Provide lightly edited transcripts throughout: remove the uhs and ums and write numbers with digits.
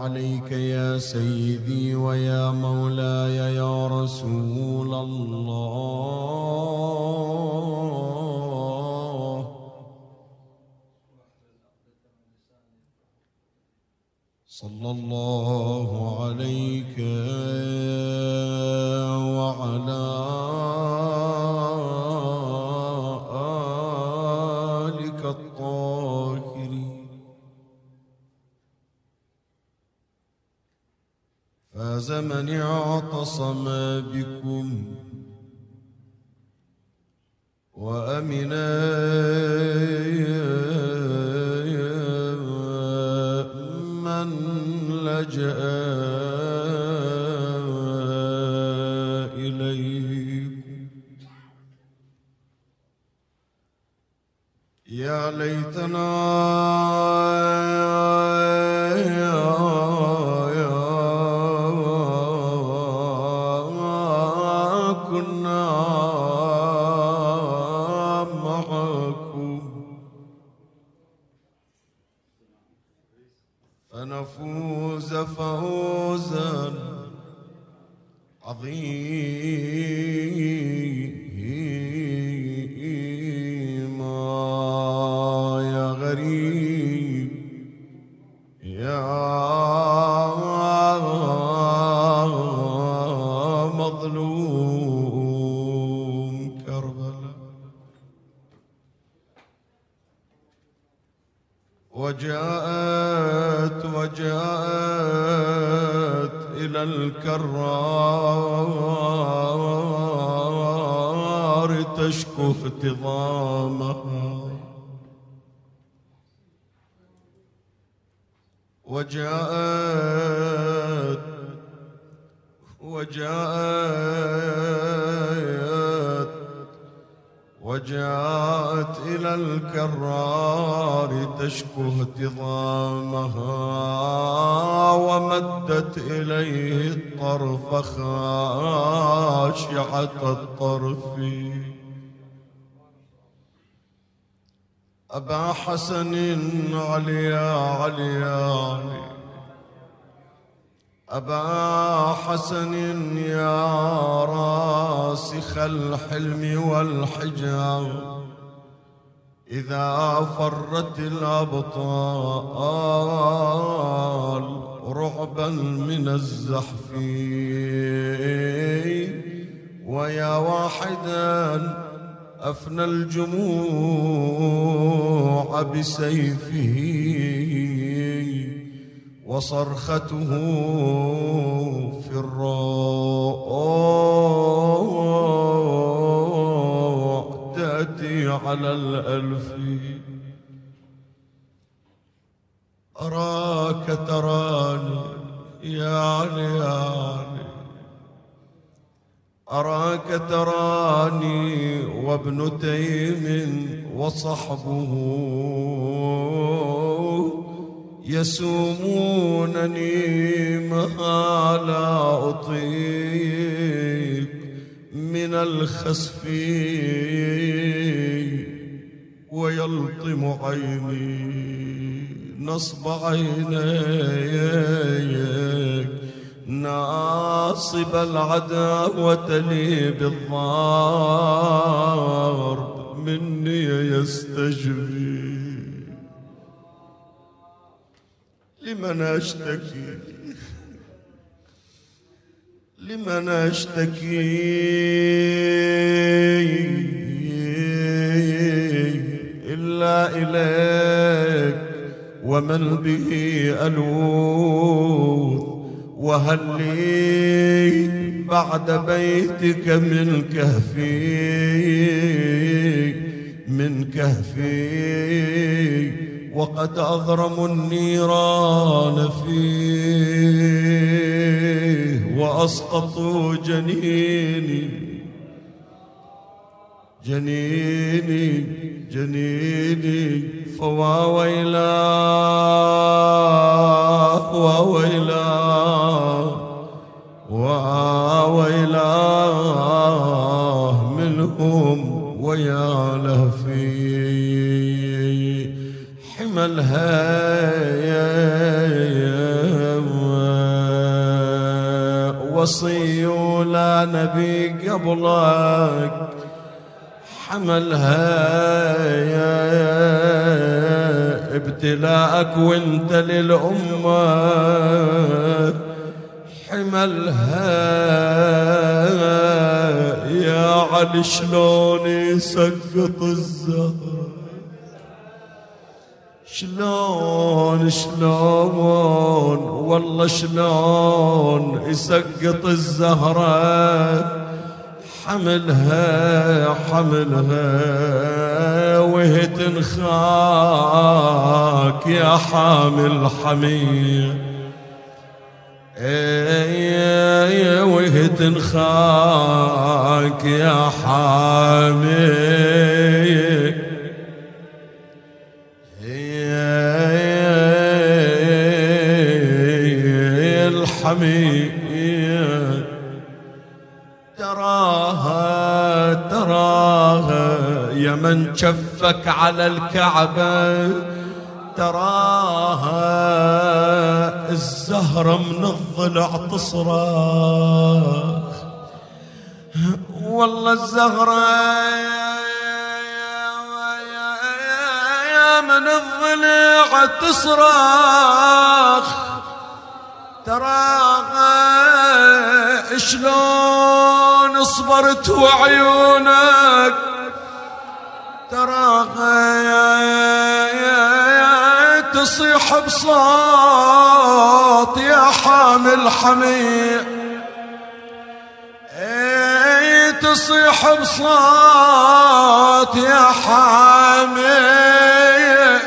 عليك يا سيدي ويا مولاي يا رسول الله، صلى الله عليك وعلى آلك الطاهرين. فاز من اعتصم بكم وأمنا من لجأ إليكم. يا ليتنا كنا معكم فنفوز فوزا عظيما. يا غريب يا مظلوم كربلاء. وجاءت إلى الكرار تشكو اهتضامها. وجاءت إلى الكرار تشكو اهتضامها، ومدت إليه الطرف خاشعة الطرف. أبا حسن علي أبا حسن يا راسخ الحلم والحجاب، إذا فرت الأبطال رعبا من الزحف، ويا واحدا أفنى الجموع بسيفه، وصرخته في الروع تأتي على الألف. أراك تراني يا علي أراك تراني وابن تيم وصحبه يسومونني ما لا أطيق من الخسف، ويلطم عيني نصب عينيك ناصب العداوة لي بالضرب مني يستجبي. لمن أشتكي إلا إليك، ومن به ألوذ، وهل لي بعد بيتك من كهفي وقد أضرموا النيران فيه، وأسقطوا جنيني فوا ويلاه منهم ويا لهفي حمى الهيام الوصي لا نبي قبلك حملها ابتلاءك وانت للأمة حملها يا علي شلون يسقط الزهر شلون والله شلون يسقط الزهرة حملها وهي تنخاك يا حامل حمية وهي تنخاك يا حامل الحمية تراها يا من شفك على الكعبة تراها الزهرة من الضلع تصرخ والله الزهرة يا من الضلع تصرخ تراها شلون صبرت وعيونك تراها تصيح بصوت يا حامل حمية تصيح بصوت يا حامل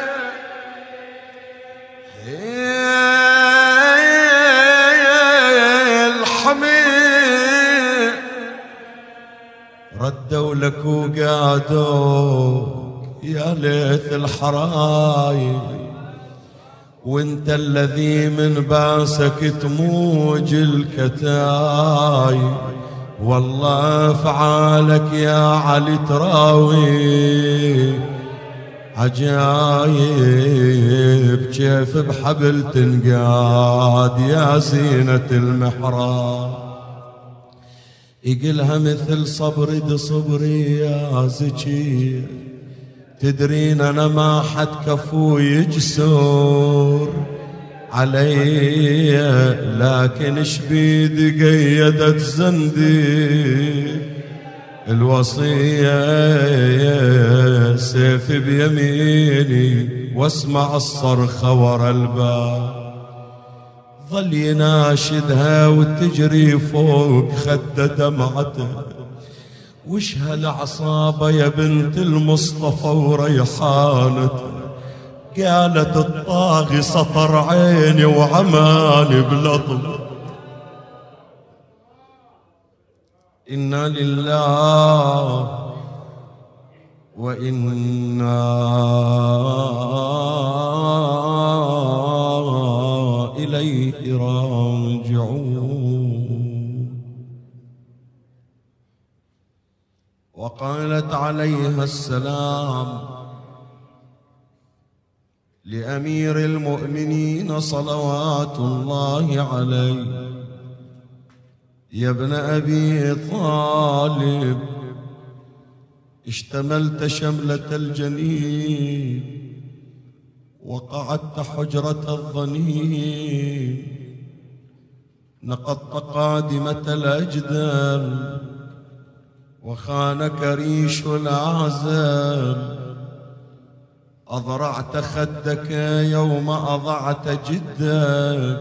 الحمية ردوا لك وقعدوا يا ليث الحرايب وانت الذي من باسك تموج الكتايب والله افعالك يا علي تراوي عجايب كيف بحبل تنقاد يا زينة المحراب يقلها مثل صبري يا زكي تدرين انا ما حد كفو يجسر علي لكن شبيد قيدت زندي الوصية سيف بيميني واسمع الصرخة ورا الباب ظل يناشدها وتجري فوق خده دمعته وش هالعصابة يا بنت المصطفى وريحانته قالت الطاغي سطر عيني وعماني بلطم إنا لله وإنا إليه راجعون. وقالت عليها السلام لأمير المؤمنين صلوات الله عليه: يا ابن أبي طالب، اشتملت شملة الجنين وقعدت حجرة الظنين، نقضت قادمة الأجدال وخانك ريش الأعزال، أضرعت خدك يوم أضعت جدك،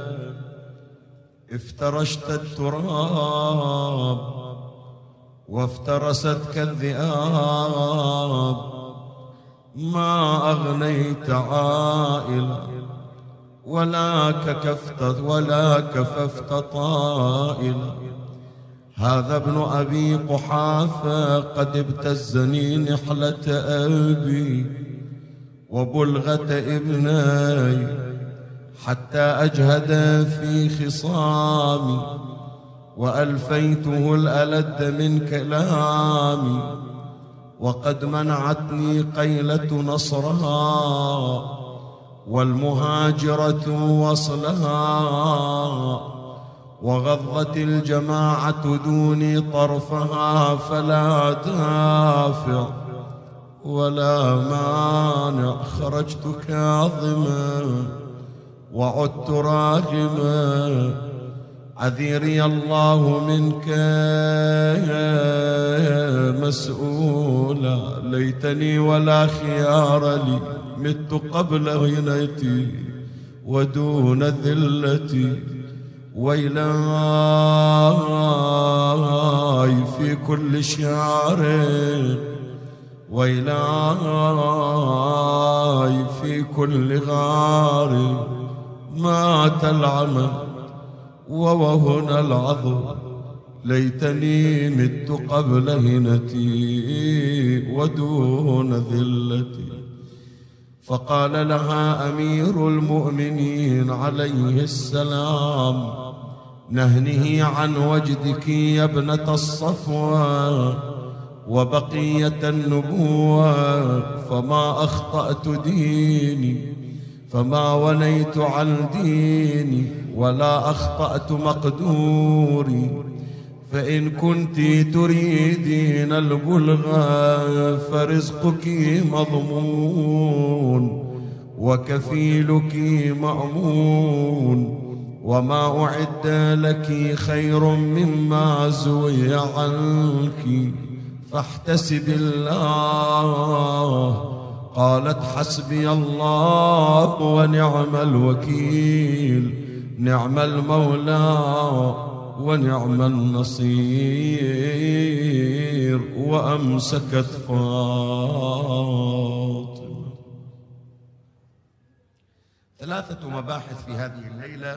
افترشت التراب وافترستك الذئاب، ما أغنيت عائلة ولا كففت طائلة. هذا ابن أبي قحافة قد ابتزني نحلة أبي وبلغة ابني حتى أجهد في خصامي، وألفيته الألد من كلامي، وقد منعتني قيلة نصرها والمهاجرة وصلها، وغضت الجماعة دوني طرفها، فلا دافع ولا مانع. خرجت كاظما وعدت راغما، عذيري الله منك مسؤولا. ليتني ولا خيار لي، مت قبل غنيتي ودون ذلتي. ويلاي في كل شعر، ويلاي في كل غار. مات العمى ووهن العظم، ليتني مت قبل هنتي ودون ذلتي. فقال لها أمير المؤمنين عليه السلام: نهنه عن وجدك يا ابنة الصفوة وبقية النبوة، فما أخطأت ديني، فما ونيت عن ديني، ولا أخطأت مقدوري. فإن كنت تريدين البلغى فرزقك مضمون وكفيلك مأمون، وما أعد لك خير مما زوي عنك، فاحتسب الله. قالت: حسبي الله ونعم الوكيل، نعم المولى ونعم النصير. وأمسكت فاطمة. 3 مباحث في هذه الليلة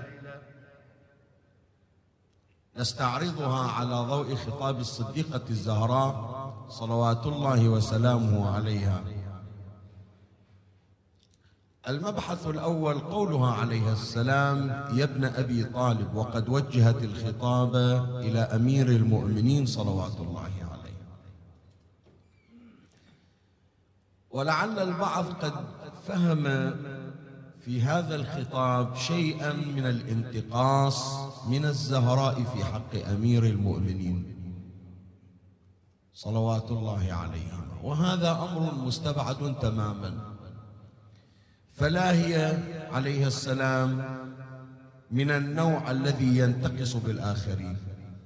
نستعرضها على ضوء خطاب الصديقة الزهراء صلوات الله وسلامه عليها. المبحث الأول قولها عليه السلام: يا ابن أبي طالب، وقد وجهت الخطاب إلى أمير المؤمنين صلوات الله عليه. ولعل البعض قد فهم في هذا الخطاب شيئا من الانتقاص من الزهراء في حق أمير المؤمنين صلوات الله عليهم، وهذا أمر مستبعد تماما. فلا هي عليه السلام من النوع الذي ينتقص بالآخرين،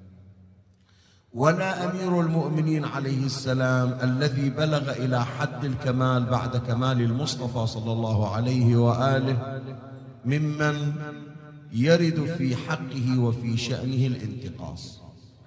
ولا أمير المؤمنين عليه السلام الذي بلغ إلى حد الكمال بعد كمال المصطفى صلى الله عليه وآله ممن يرد في حقه وفي شأنه الانتقاص.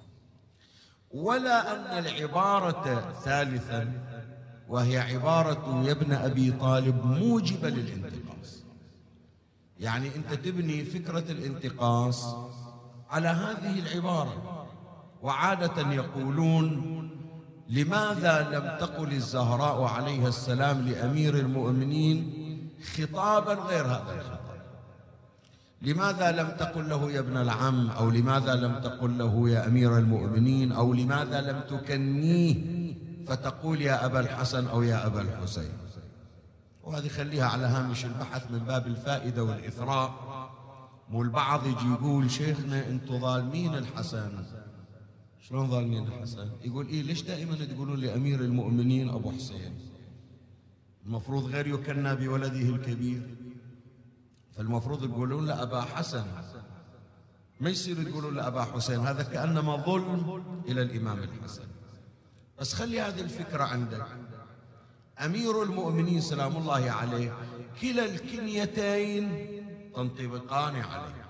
ولا أن العبارة ثالثا، وهي عبارة يا ابن أبي طالب، موجبة للانتقاص. يعني أنت تبني فكرة الانتقاص على هذه العبارة. وعادة يقولون: لماذا لم تقل الزهراء عليها السلام لأمير المؤمنين خطابا غير هذا الخطاب؟ لماذا لم تقل له يا ابن العم، أو لماذا لم تقل له يا أمير المؤمنين، أو لماذا لم تكنيه فتقول يا أبا الحسن أو يا أبا الحسين؟ وهذه خليها على هامش البحث من باب الفائدة والإثراء. مو البعض يجي يقول: شيخنا أنتم ظالمين الحسن. شلون ظالمين الحسن؟ يقول: إيه ليش دائما تقولون لأمير المؤمنين أبو حسين؟ المفروض غير يكنى بولده الكبير، فالمفروض تقولون له أبا حسن، ما يصير تقولون له أبا حسين. هذا كأنما ظلم إلى الإمام الحسن. بس خلي هذه الفكرة عندك. أمير المؤمنين سلام الله عليه كلا الكنيتين تنطبقان عليه.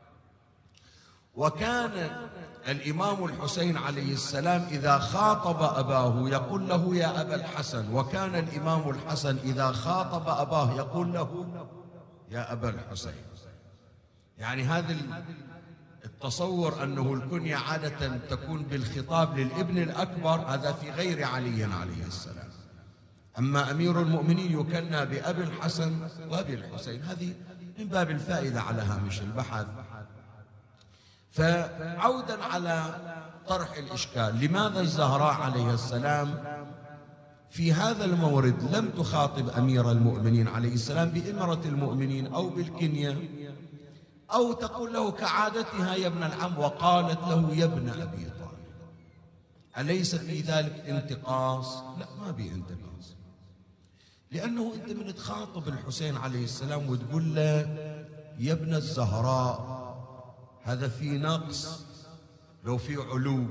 وكان الإمام الحسين عليه السلام إذا خاطب أباه يقول له يا أبا الحسن، وكان الإمام الحسن إذا خاطب أباه يقول له يا أبا الحسين. يعني هذا التصور أنه الكنية عادة تكون بالخطاب للابن الأكبر، هذا في غير علي عليه السلام. أما أمير المؤمنين يكنى بأبي الحسن وأبي الحسين. هذه من باب الفائدة على هامش البحث. فعودا على طرح الإشكال، لماذا الزهراء عليه السلام في هذا المورد لم تخاطب أمير المؤمنين عليه السلام بإمرة المؤمنين أو بالكنية؟ أو تقول له كعادتها يا ابن العم، وقالت له يا ابن أبي طالب. أليس في ذلك انتقاص؟ لا، ما بي انتقاص، لأنه أنت من تخاطب الحسين عليه السلام وتقول له يا ابن الزهراء، هذا في نقص لو في علو،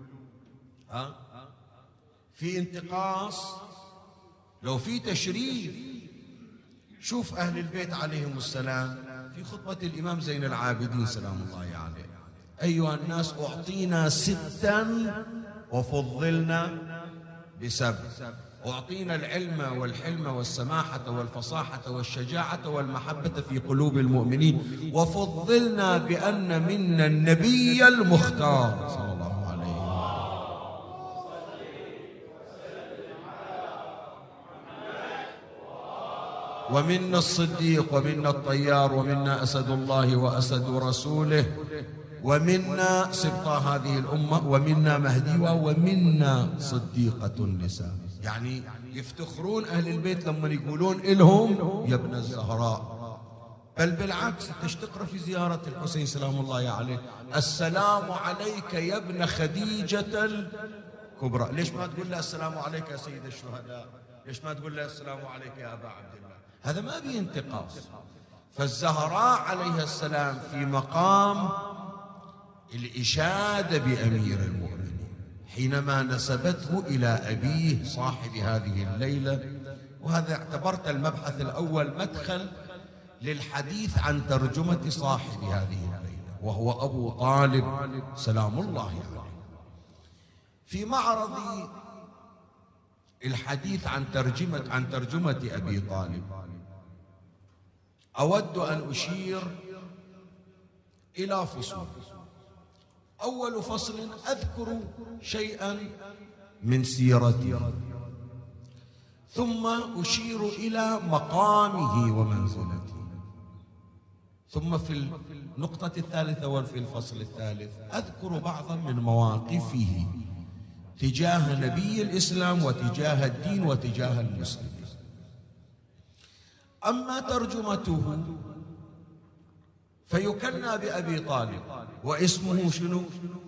في انتقاص لو في تشريف. شوف أهل البيت عليهم السلام في خطبة الإمام زين العابدين سلام الله عليه: أيها الناس أعطينا 6 وفضلنا ب7. أعطينا العلم والحلم والسماحة والفصاحة والشجاعة والمحبة في قلوب المؤمنين، وفضلنا بأن منا النبي المختار صلى الله عليه وسلم، ومنا الصديق ومنا الطيار ومنا أسد الله وأسد رسوله، ومنا سبطى هذه الأمة، ومنا مهديها، ومنا صديقة النساء. يعني يفتخرون أهل البيت لما يقولون إلهم يا ابن الزهراء. بل بالعكس، تقرأ في زيارة الحسين سلام الله عليه: السلام عليك يا ابن خديجة الكبرى. ليش ما تقول له السلام عليك يا سيد الشهداء؟ ليش ما تقول له السلام عليك يا أبا عبد الله؟ هذا ما به انتقاص. فالزهراء عليها السلام في مقام الإشادة بأمير المؤمنين حينما نسبته إلى أبيه صاحب هذه الليلة. وهذا اعتبرت المبحث الأول مدخل للحديث عن ترجمة صاحب هذه الليلة، وهو أبو طالب سلام الله عليه. في معرض الحديث عن ترجمة أبي طالب أود أن أشير إلى فصول. أول فصل أذكر شيئا من سيرته، ثم أشير إلى مقامه ومنزلته، ثم في النقطة الثالثة وفي الفصل الثالث أذكر بعضا من مواقفه تجاه نبي الإسلام وتجاه الدين وتجاه المسلمين. أما ترجمته فيكنى بأبي طالب، واسمه شنو؟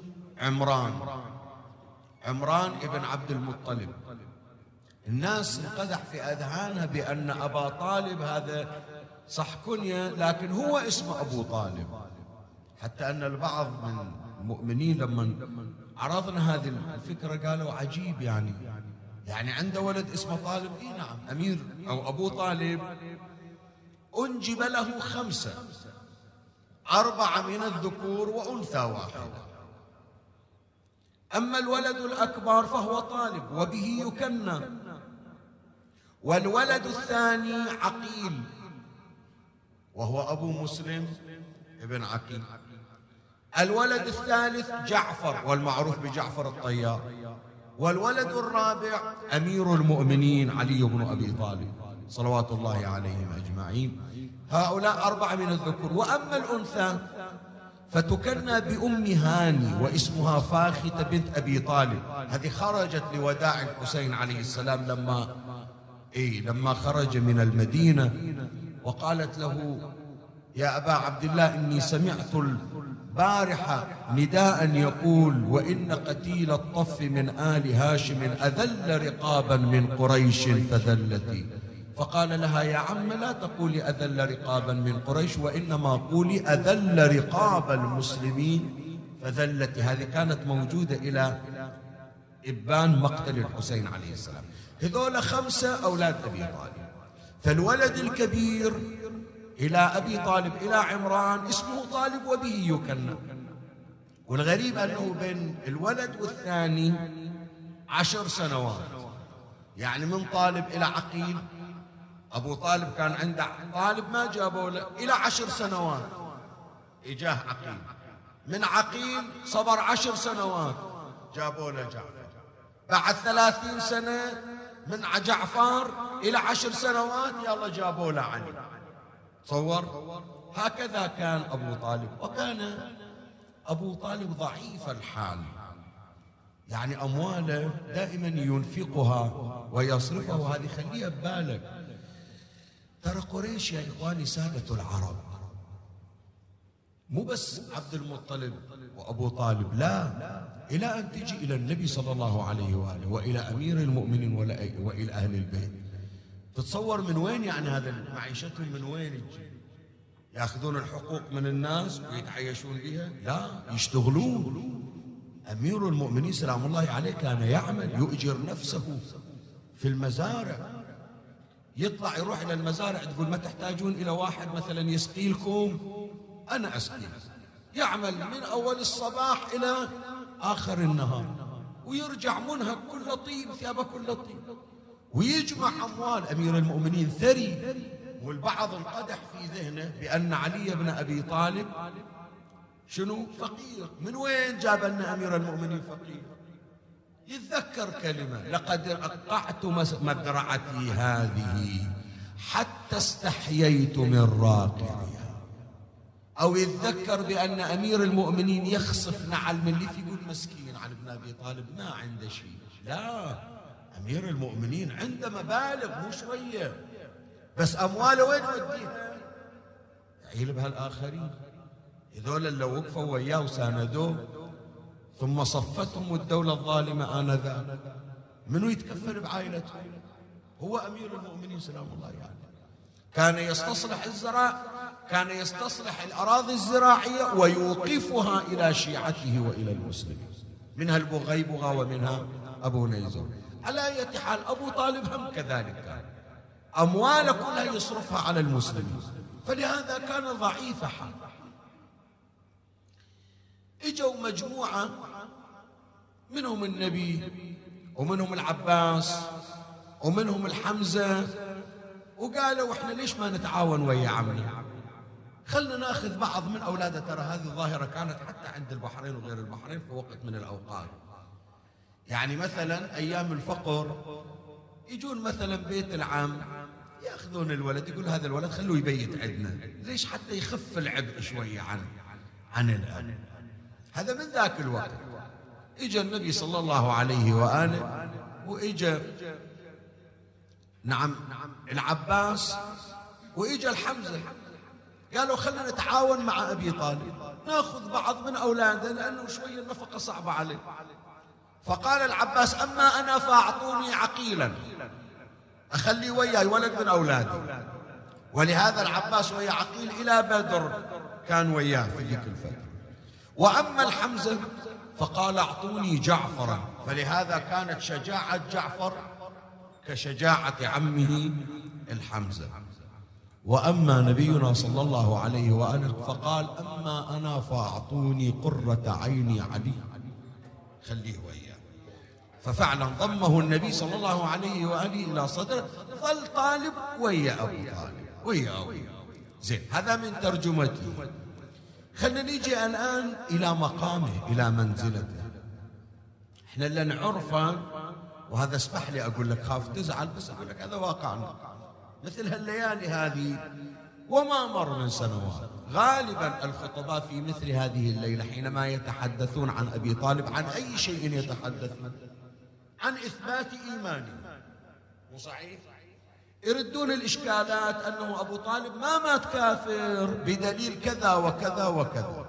عمران ابن عبد المطلب. الناس انقدح في أذهانها بأن أبا طالب هذا صح كنية، لكن هو اسمه أبو طالب. حتى أن البعض من المؤمنين لما عرضنا هذه الفكرة قالوا عجيب، يعني عنده ولد اسمه طالب. نعم، أمير أو أبو طالب أنجب له 5، 4 من الذكور وأنثى واحدة. أما الولد الأكبر فهو طالب وبه يكنى، والولد الثاني عقيل وهو أبو مسلم ابن عقيل. الولد الثالث جعفر والمعروف بجعفر الطيار، والولد الرابع أمير المؤمنين علي بن أبي طالب صلوات الله عليهم أجمعين. هؤلاء 4 من الذكور. وأما الأنثى فتكنى بأم هاني واسمها فاخته بنت أبي طالب. هذه خرجت لوداع الحسين عليه السلام لما خرج من المدينة، وقالت له يا أبا عبد الله إني سمعت البارحة نداء يقول وإن قتيل الطف من آل هاشم أذل رقابا من قريش فذلتي. فقال لها يا عم لا تقولي أذل رقابا من قريش، وإنما قولي أذل رقاب المسلمين فذلتي. هذه كانت موجودة إلى إبان مقتل الحسين عليه السلام. هذول 5 أولاد أبي طالب. فالولد الكبير إلى أبي طالب إلى عمران اسمه طالب وبه يكنى. والغريب أنه بين الولد والثاني 10 سنوات، يعني من طالب إلى عقيل. أبو طالب كان عنده طالب ما جابوا له إلى 10 سنوات إجاه عقيل، من عقيل صبر 10 سنوات جابوا له جعفر، بعد 30 سنة من جعفر إلى 10 سنوات يلا جابوا له علي. تصور هكذا كان أبو طالب. وكان أبو طالب ضعيف الحال، يعني أمواله دائما ينفقها ويصرفها. هذه خليها ببالك، ترى قريش يا إخواني سادة العرب، مو بس عبد المطلب وأبو طالب، لا، إلى أن تجي إلى النبي صلى الله عليه وآله وإلى أمير المؤمنين وإلى أهل البيت. تتصور من وين يعني هذا معيشتهم من وين تجي؟ يأخذون الحقوق من الناس ويتعايشون بها؟ لا، يشتغلون. أمير المؤمنين سلام الله عليه كان يعمل، يؤجر نفسه في المزارع، يطلع يروح إلى المزارع، تقول ما تحتاجون إلى واحد مثلا يسقي لكم؟ أنا أسقي. يعمل من أول الصباح إلى آخر النهار، ويرجع منهك كل طيب، ثيابه كل طيب، ويجمع أموال. أمير المؤمنين ثري، والبعض انقدح في ذهنه بأن علي بن أبي طالب شنو؟ فقير. من وين جاب أن أمير المؤمنين فقير؟ يتذكر كلمة: لقد أقعت مزرعتي هذه حتى استحييت من راقعها. أو يتذكر بأن أمير المؤمنين يخصف نعل من اللي يقول مسكين علي بن أبي طالب ما عنده شيء. لا، أمير المؤمنين عنده مبالغ مو شوية، بس أمواله وين يوديها؟ يعيل بها الآخرين. هذول اللي وقفوا وياه وساندوه ثم صفتهم الدولة الظالمة آنذاك، منو يتكفل بعائلته؟ هو أمير المؤمنين سلام الله عليه. كان يستصلح الزراعة، كان يستصلح الأراضي الزراعية ويوقفها إلى شيعته وإلى المسلمين، منها البغيبغة ومنها أبو نيزر. على أي حال أبو طالب هم كذلك، كان أمواله كلها يصرفها على المسلمين، فلهذا كان ضعيف حال. اجوا مجموعة منهم النبي ومنهم العباس ومنهم الحمزة، وقالوا احنا ليش ما نتعاون ويا عمنا؟ خلنا ناخذ بعض من اولاده. ترى هذه الظاهرة كانت حتى عند البحرين وغير البحرين في وقت من الاوقات. يعني مثلا ايام الفقر يجون مثلا بيت العم ياخذون الولد، يقول هذا الولد خلوه يبيت عندنا، ليش؟ حتى يخف العبء شوية عن الأب. هذا من ذاك الوقت. اجى النبي صلى الله عليه وآله، واجى نعم العباس، واجى الحمزة، قالوا خلنا نتعاون مع أبي طالب، ناخذ بعض من أولاده لأنه شوية النفقة صعبة عليه. فقال العباس: أما أنا فأعطوني عقيلا، أخلي وياي ولد من أولادي. ولهذا العباس ويا عقيل إلى بدر كان وياه في ذيك الفترة. وأما الحمزة فقال: أعطوني جعفرا، فلهذا كانت شجاعة جعفر كشجاعة عمه الحمزة. وأما نبينا صلى الله عليه وآله فقال: أما أنا فأعطوني قرة عيني علي، خليه وياه. ففعلا ضمه النبي صلى الله عليه وآله إلى صدره، ظل طالب ويا أبو طالب ويا أبو. زين، هذا من ترجمته. خلنا نيجي الآن إلى مقامه، إلى منزلته. احنا اللي نعرفه، وهذا اسمح لي أقول لك، خاف تزعل بس أقول لك هذا واقعنا، مثل هالليالي هذه وما مر من سنوات، غالبا الخطباء في مثل هذه الليلة حينما يتحدثون عن أبي طالب عن أي شيء يتحدثون؟ عن إثبات إيمانه، مو صحيح؟ يردون الإشكالات أنه أبو طالب ما مات كافر بدليل كذا وكذا وكذا.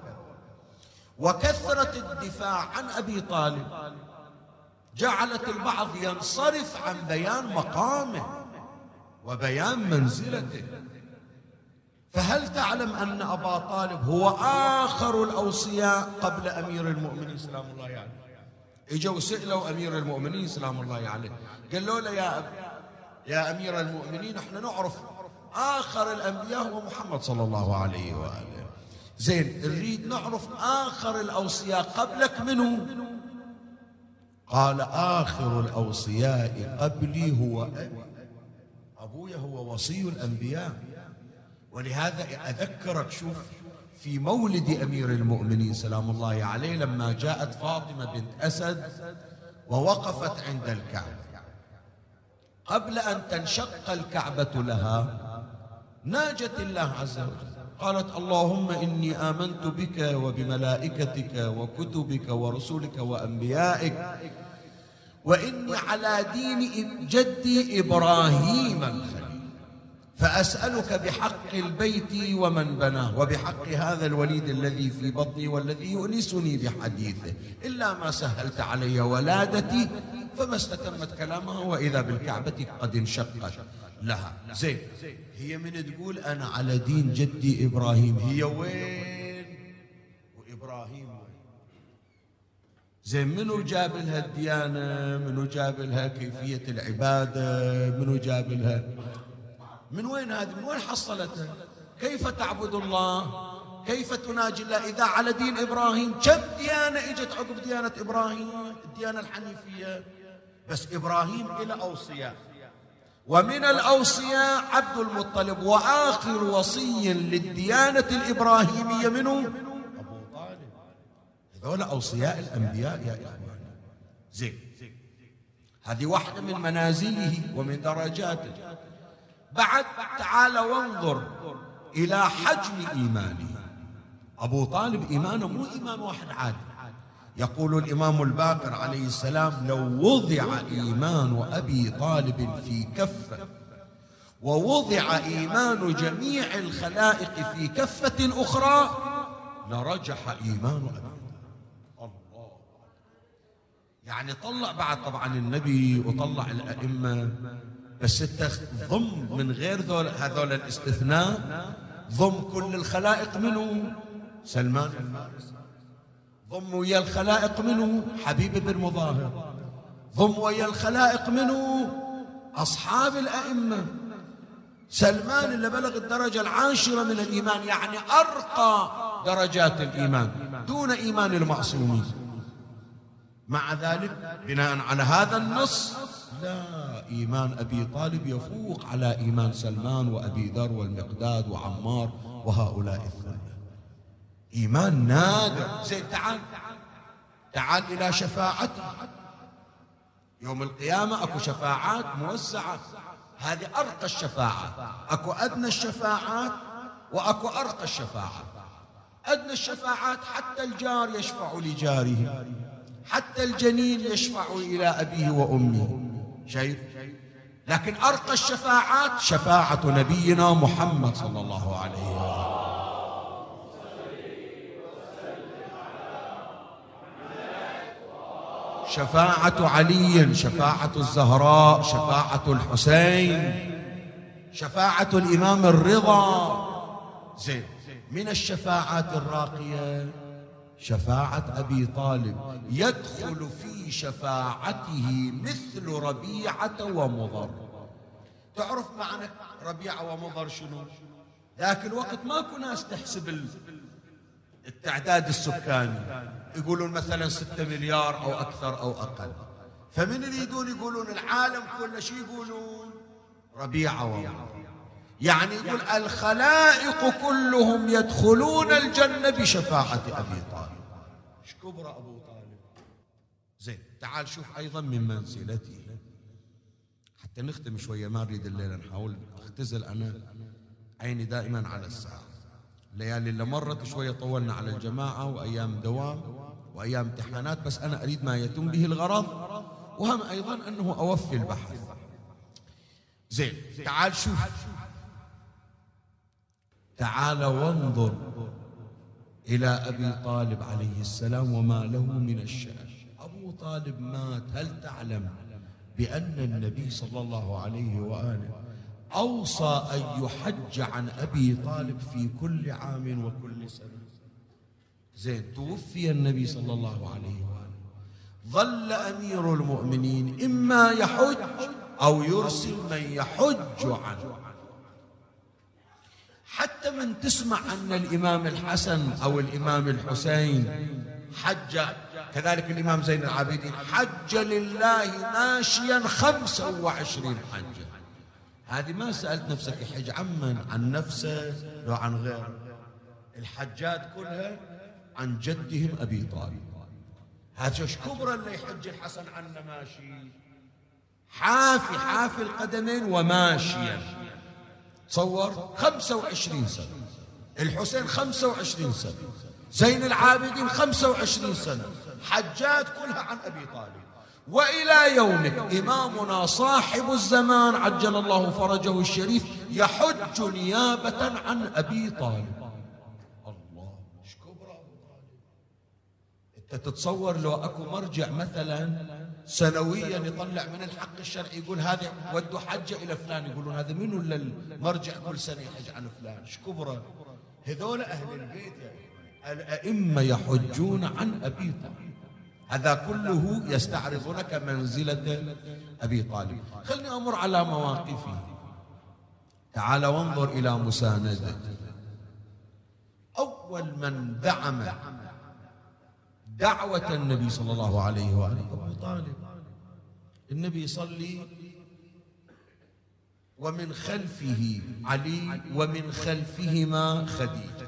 وكثرة الدفاع عن أبي طالب جعلت البعض ينصرف عن بيان مقامه وبيان منزلته. فهل تعلم أن أبا طالب هو آخر الأوصياء قبل أمير المؤمنين سلام الله عليه؟ اجوا سئلوا أمير المؤمنين سلام الله عليه، قالوا له: يا أمير المؤمنين، احنا نعرف آخر الأنبياء هو محمد صلى الله عليه وآله، زين نريد نعرف آخر الأوصياء قبلك منه؟ قال: آخر الأوصياء قبلي هو أبي، أبويا هو وصي الأنبياء. ولهذا أذكرك، شوف في مولد أمير المؤمنين سلام الله عليه لما جاءت فاطمة بنت أسد ووقفت عند الكعبة، قبل أن تنشق الكعبة لها ناجت الله عز وجل، قالت: اللهم إني آمنت بك وبملائكتك وكتبك ورسلك وأنبيائك، وإني على دين جدي إبراهيم الخليل. فأسألك بحق البيت ومن بناه، وبحق هذا الوليد الذي في بطني والذي يؤنسني بحديثه، إلا ما سهلت علي ولادتي. فما استتمت كلامها وإذا بالكعبة قد انشقت لها. زين، هي من تقول أنا على دين جدي إبراهيم، هي وين وإبراهيم وين؟ زين، منو جاب لها الديانة؟ منو جاب لها كيفية العبادة؟ منو جاب لها؟ من وين هذه؟ من وين حصلتها؟ كيف تعبد الله؟ كيف تناجي الله إذا على دين إبراهيم؟ كم ديانة إجت عقب ديانة إبراهيم؟ الديانة الحنيفية. بس إبراهيم إلى أوصياء، ومن الأوصياء عبد المطلب، وآخر وصي للديانة الإبراهيمية منه أبو طالب. هذول أوصياء الأنبياء يا إخوان. زين، هذه واحدة من منازله ومن درجاته. بعد تعال وانظر إلى حجم إيمانه. أبو طالب إيمانه مو إيمان واحد عادي. يقول الإمام الباقر عليه السلام: لو وضع إيمان أبي طالب في كفة ووضع إيمان جميع الخلائق في كفة أخرى لرجح إيمان أبي طالب. الله، يعني طلع بعد طبعا النبي وطلع الأئمة، بس ضم من غير هذول الاستثناء، ضم كل الخلائق منه سلمان الفارسي، ضم ويا الخلائق منه حبيب بن مظاهر، ضم ويا الخلائق منه أصحاب الأئمة. سلمان اللي بلغ الدرجة العاشرة من الإيمان، يعني أرقى درجات الإيمان دون إيمان المعصومين. مع ذلك بناء على هذا النص لا، إيمان أبي طالب يفوق على إيمان سلمان وأبي ذر والمقداد وعمار وهؤلاء الثلاثة. إيمان نادر. زين، تعال إلى شفاعته يوم القيامة. أكو شفاعات موزعة، هذه أرقى الشفاعات. أكو أدنى الشفاعات وأكو أرقى الشفاعات. أدنى الشفاعات حتى الجار يشفع لجاره، حتى الجنين يشفع إلى أبيه وأمه. شايف؟ لكن أرقى الشفاعات شفاعة نبينا محمد صلى الله عليه وسلم. شفاعة علي، شفاعة الزهراء، شفاعة الحسين، شفاعة الإمام الرضا. زين، من الشفاعات الراقية شفاعة أبي طالب، يدخل في شفاعته مثل ربيعة ومضر. تعرف معنى ربيعة ومضر شنو؟ ذاك الوقت ماكو ناس تحسب التعداد السكاني، يقولون مثلا 6 مليار أو أكثر أو أقل. فمن يريدون يقولون العالم كله شي يقولون ربيعة ومضر، يعني يقول الخلائق كلهم يدخلون الجنة بشفاعة أبي طالب. ايش كبر أبو طالب. زين، تعال شوف أيضا من منزلته، حتى نختم شوية، ما نريد الليلة نحاول أختزل. أنا عيني دائما على الساعة. الليالي اللي مرت شوية طولنا على الجماعة وأيام دوام وأيام امتحانات، بس أنا أريد ما يتم به الغرض، وهم أيضا أنه أوفي البحث. زين، تعال شوف، تعال وانظر إلى أبي طالب عليه السلام وما له من الشأن. أبو طالب مات. هل تعلم بأن النبي صلى الله عليه وآله أوصى أن يحج عن أبي طالب في كل عام وكل سنة؟ زين، توفي النبي صلى الله عليه وآله، ظل أمير المؤمنين إما يحج أو يرسل من يحج عنه. حتى من تسمع أن الإمام الحسن أو الإمام الحسين حج، كذلك الإمام زين العابدين حج لله ماشيا 25 حجة. هذه ما سألت نفسك يحج عمن؟ عن نفسه لو عن غيره؟ الحجات كلها عن جدهم أبي طالب. هذا ايش كبر اللي يحج الحسن عنا ماشي حافي القدمين وماشيا. تصور 25 سنة، الحسين 25 سنة، زين العابدين 25 سنة، حجات كلها عن أبي طالب. وإلى يومك إمامنا صاحب الزمان عجل الله فرجه الشريف يحج نيابة عن أبي طالب. الله، ايش كبر أبو طالب. أنت تتصور لو أكو مرجع مثلا سنويا يطلع من الحق الشرعي يقول هذا ودوا حجة إلى فلان، يقولون هذا منو المرجع كل سنة يحج عن فلان، ايش كبره. هذول أهل البيت الأئمة يحجون عن أبي طالب، هذا كله يستعرض لك منزلة أبي طالب. خلني أمر على مواقفه. تعال وانظر إلى مساندته. أول من دعم دعوة النبي صلى الله عليه وآله أبو طالب. النبي يصلي ومن خلفه علي ومن خلفهما خديجة،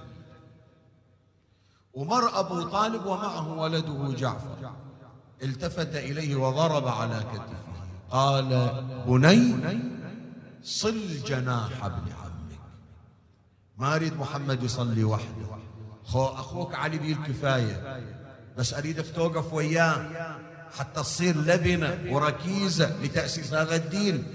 ومر أبو طالب ومعه ولده جعفر، التفت إليه وضرب على كتفه قال بني صل جناح ابن عمك. ما أريد محمد يصلي وحده، أخوك علي بيه الكفاية، بس أريدك توقف وياه حتى تصير لبنة وركيزة لتأسيس هذا الدين.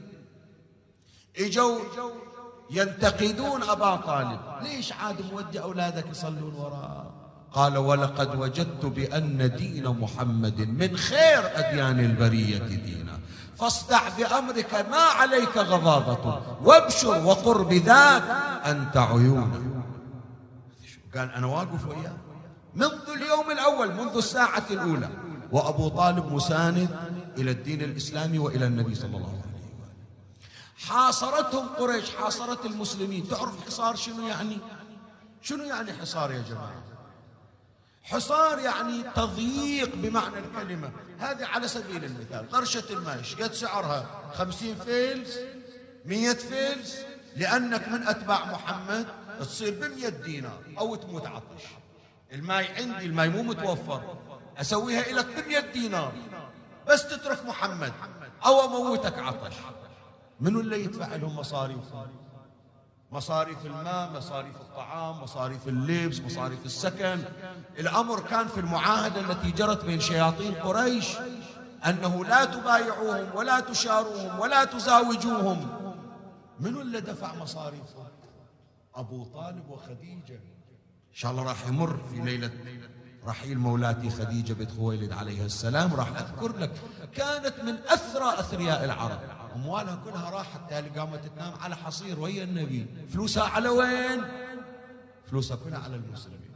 اجوا ينتقدون أبا طالب، ليش عاد مودي أولادك يصلون وراء؟ قال ولقد وجدت بأن دين محمد من خير أديان البرية دينا، فاصدع بأمرك ما عليك غضاضة، وابشر وقر بذاك أنت عيونه. قال أنا واقف وياه منذ اليوم الأول، منذ الساعة الأولى، وأبو طالب مساند إلى الدين الإسلامي وإلى النبي صلى الله عليه وسلم. حاصرتهم قريش، حاصرت المسلمين. تعرف حصار شنو يعني؟ شنو يعني حصار يا جماعة؟ حصار يعني تضييق بمعنى الكلمة. هذه على سبيل المثال قرشة الماء ايش قد سعرها؟ 50 فيلس، 100 فيلس، لأنك من أتباع محمد تصير ب100 دينار أو تموت عطش. الماء عندي، الماء مو متوفر، أسويها لك ب100 دينار بس تترك محمد أو أموتك عطش. منو اللي يدفع لهم مصاريف؟ مصاريف الماء، مصاريف الطعام، مصاريف اللبس، مصاريف السكن. الأمر كان في المعاهدة التي جرت بين شياطين قريش أنه لا تبايعوهم ولا تشاروهم ولا تزاوجوهم. منو اللي دفع مصاريفهم؟ أبو طالب وخديجة. إن شاء الله راح يمر في ليلة رحيل مولاتي خديجة بنت خويلد عليها السلام، راح أذكر لك كانت من أثرى أثرياء العرب، أموالها كلها راحت، تالي قامت تنام على حصير ويا النبي. فلوسها على وين؟ فلوسها كلها على المسلمين.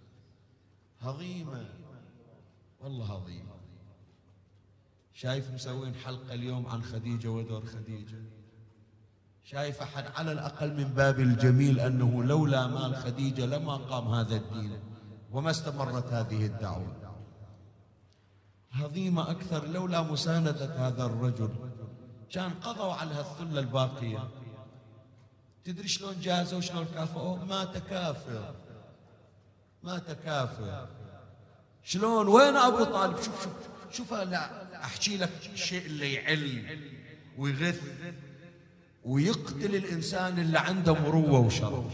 هضيمة والله هضيمة. شايف مسوين حلقة اليوم عن خديجة ودور خديجة؟ شايف أحد على الأقل من باب الجميل أنه لولا مال خديجة لما قام هذا الدين وما استمرت هذه الدعوة. هضيمة أكثر لولا مساندة هذا الرجل كان قضوا على هالثلة الباقية. تدري شلون جازوا شلون كافئوه؟ ما تكافئ، ما تكافئ. شلون؟ وين أبو طالب؟ شوف لا أحكي لك الشيء اللي يعل ويغث ويقتل الإنسان اللي عنده مروة وشرف.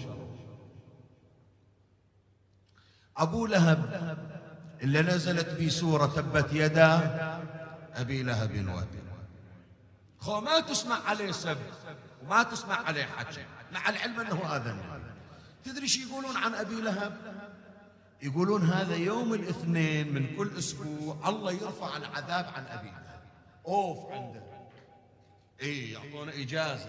أبو لهب اللي نزلت به سورة تبت يدا أبي لهب وتب، خو ما تسمع عليه سب وما تسمع عليه حكي، مع العلم أنه آذى النبي. تدري شو يقولون عن أبي لهب؟ يقولون هذا يوم الاثنين من كل أسبوع الله يرفع العذاب عن أبي لهب. أوف عنده إيه، يعطونا إجازة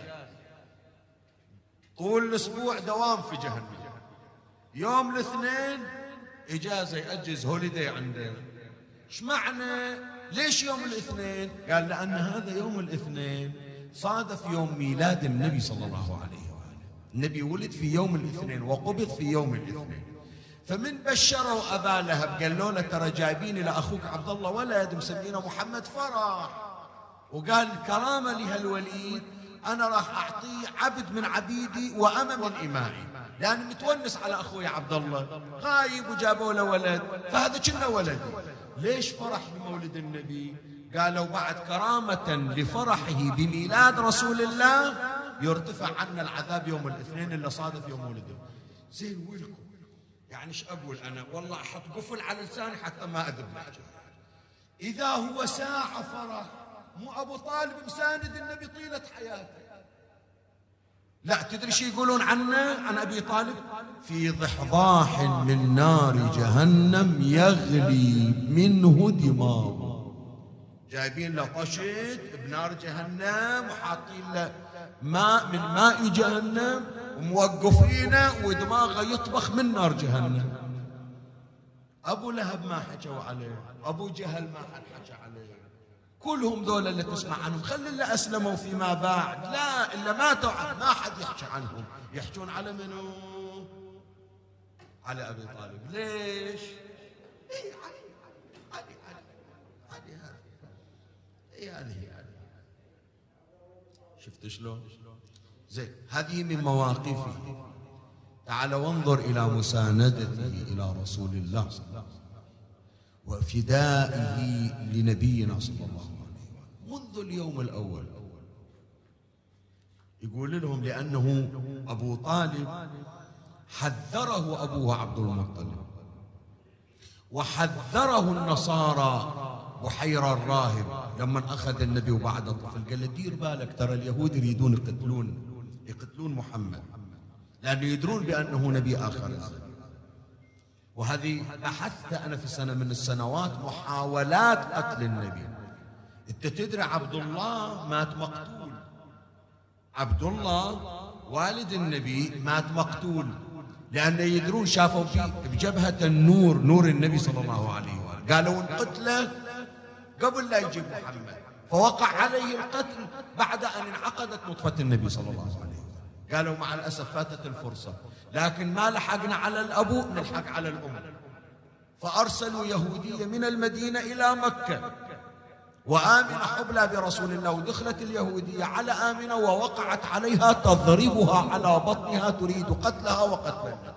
طول الأسبوع دوام في جهنم، يوم الاثنين إجازة يأجز هوليدي عنده. إيش معنى؟ ليش يوم الاثنين؟ قال لأن هذا يوم الاثنين صادف يوم ميلاد النبي صلى الله عليه وآله. النبي ولد في يوم الاثنين وقبض في يوم الاثنين. فمن بشروا أبا لهب قالوا له ترى جايبين لأخوك عبد الله ولد مسمينه محمد فرح، وقال كرامة لهالوليد أنا راح أعطيه عبد من عبيدي وأمة من إمائي، لأن متونس على أخوي عبد الله غايب وجابوا له ولد، فهذا كنا ولدي. ليش فرح بمولد النبي؟ قالوا بعد كرامة لفرحه بميلاد رسول الله يرتفع عنا العذاب يوم الاثنين اللي صادف يوم مولده. زين ويلكم يعني ايش أقول أنا؟ والله أحط قفل على لساني حتى ما أذب لحجة. إذا هو ساعة فرح، مو أبو طالب مساند النبي طيلة حياته. لا، تدري شو يقولون عنه عن أبي طالب؟ في ضحضاح من نار جهنم يغلي منه دماغه. جايبين له طشت بنار جهنم وحاطين له ماء من ماء جهنم وموقفينه ودماغه يطبخ من نار جهنم. أبو لهب ما حكوا عليه، أبو جهل ما حد حكى عليه، كلهم ذولا اللي تسمع عنهم خلي اللي أسلموا فيما بعد، لا إلا ماتوا ما حد يحكي عنهم. يحكون على منو؟ على أبي طالب. ليش؟ إيه هذه شفت شلون؟ زين، هذه من مواقفه. تعال وانظر إلى مساندته إلى رسول الله صلى الله عليه وسلم وفدائه لنبينا صلى الله عليه وسلم منذ اليوم الأول. يقول لهم لأنه أبو طالب حذره أبوه عبد المطلب وحذره النصارى بحيرة الراهب لما أخذ النبي وبعد الطفل، قال له دير بالك ترى اليهود يريدون يقتلون محمد لأنه يدرون بأنه نبي آخر الزمان. وهذه بحثت أنا في سنة من السنوات محاولات قتل النبي. أنت تدري عبد الله مات مقتول، عبد الله والد النبي مات مقتول لأن يدرون شافوا بجبهة النور، نور النبي صلى الله عليه وآله، قالوا انقتله قبل لا يجيب محمد، فوقع عليه القتل بعد أن انعقدت نطفة النبي صلى الله عليه وسلم. قالوا مع الأسف فاتت الفرصة، لكن ما لحقنا على الأبو نلحق على الأم، فأرسلوا يهودية من المدينة إلى مكة، وآمنة حبلى برسول الله، ودخلت اليهودية على آمنة ووقعت عليها تضربها على بطنها تريد قتلها وقتلها.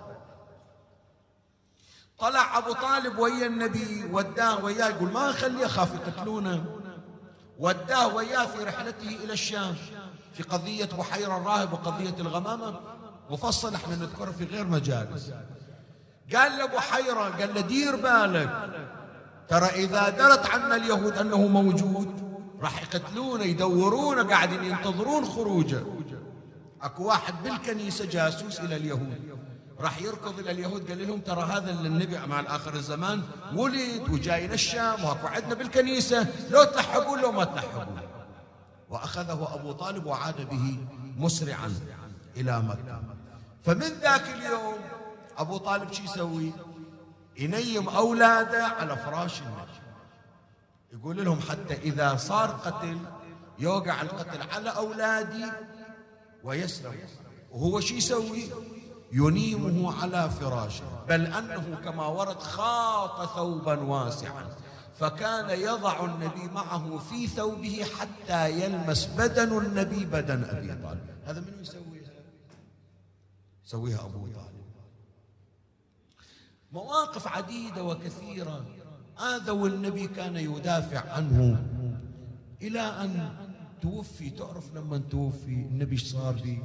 طلع أبو طالب ويا النبي وداه وياه، يقول ما أخليه أخاف يقتلونه، وداه وياه في رحلته إلى الشام في قضية بحيرة الراهب وقضية الغمامة، مفصل احنا نذكره في غير مجالس. قال له بحيرة، قال له دير بالك ترى إذا درت عنا اليهود أنه موجود راح يقتلونه، يدورونه، قاعدين ينتظرون خروجه. أكو واحد بالكنيسة جاسوس إلى اليهود راح يركض إلى اليهود، قال لهم ترى هذا النبي مع آخر الزمان ولد وجاي للشام وأكو عندنا بالكنيسة، لو تلحقون لو ما تلحقون. وأخذه أبو طالب وعاد به مسرعا إلى مكة. فمن ذاك اليوم أبو طالب شو يسوي؟ ينيم أولاده على فراش النبي، يقول لهم حتى إذا صار قتل يوقع القتل على أولادي ويسلم. وهو شو يسوي؟ ينيمه على فراشه، بل أنه كما ورد خاط ثوبا واسعا فكان يضع النبي معه في ثوبه حتى يلمس بدن النبي بدن أبي طالب. هذا من يسويها؟ يسويها أبو طالب. مواقف عديدة وكثيرة. هذا والنبي كان يدافع عنه إلى أن توفي. تعرف لما توفي النبي ايش صار به؟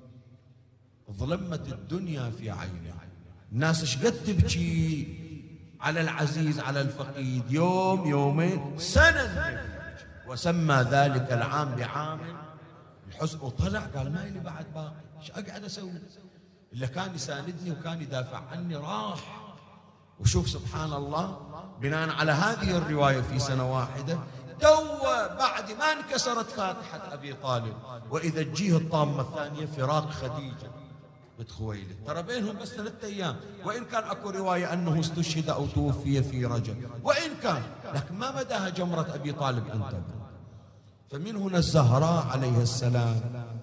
ظلمت الدنيا في عينه، الناس ايش قد تبكي على العزيز على الفقيد، يوم يومين سنة، وسمى ذلك العام بعام الحزن. وطلع قال ما لي بعد باقي، ايش اقعد اسوي؟ اللي كان يساندني وكان يدافع عني راح. وشوف سبحان الله، بناء على هذه الرواية في سنة واحدة بعد ما انكسرت فاتحة أبي طالب وإذا تجيه الطامة الثانية فراق خديجة بنت خويلد، ترى بينهم بس 3 أيام، وإن كان أكو رواية أنه استشهد أو توفي في رجب، وإن كان لكن ما مداها جمرة أبي طالب أن تبرد. فمن هنا الزهراء عليه السلام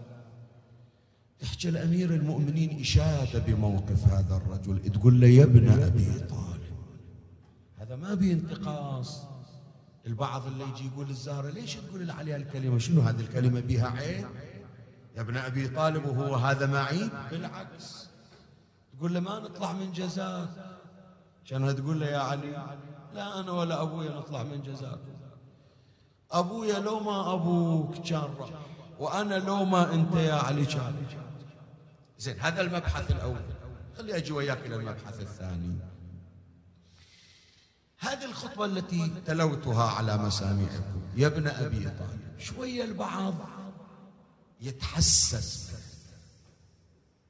تحكي الأمير المؤمنين إشادة بموقف هذا الرجل، تقول له يا ابن أبي طالب. هذا ما بينتقاص. البعض اللي يجي يقول الزهرة ليش تقول عليها الكلمة؟ شنو هذه الكلمة بها عيب؟ يا ابن أبي طالب وهو هذا معيب؟ بالعكس، تقول له ما نطلع من جزاك. كانها تقول له يا علي لا أنا ولا أبويا نطلع من جزاك، أبويا لو ما أبوك كان راح، وأنا لو ما أنت يا علي كان. زين، هذا المبحث الأول. خلي أجي وياك إلى المبحث الثاني. هذه الخطبة التي تلوتها على مسامعكم يا ابن أبي طالب، شوية البعض يتحسس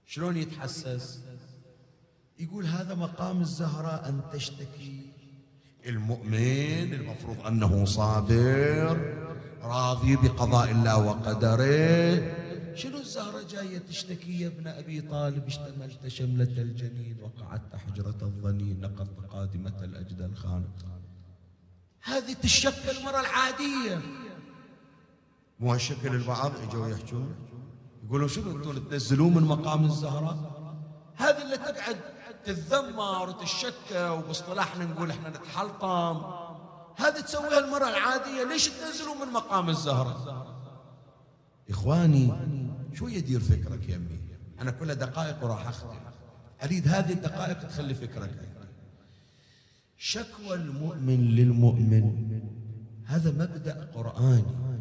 شلون يتحسس؟ يقول هذا مقام الزهراء أن تشتكي. المؤمن المفروض أنه صابر راضي بقضاء الله وقدره. شنو الزهرة جاية تشتكي؟ يا ابن أبي طالب اشتملت شملة الجنين وقعدت حجرة الظنين نقضت قادمة الأجدى الخانق. هذه تشكل المرأة العادية، مو هالشكل. البعض اجوا يحجون يقولوا شنو انتم تنزلون من مقام الزهراء؟ هذه اللي تقعد تتذمر وتشكى، وباصطلاحنا نقول احنا نتحلطم، هذه تسويها المرأة العادية. ليش تنزلون من مقام الزهراء؟ إخواني شوية دير فكرك يمي، أنا كل دقائق وراح أختم، أريد هذه الدقائق تخلي فكرك عندي. شكوى المؤمن للمؤمن هذا مبدأ قرآني.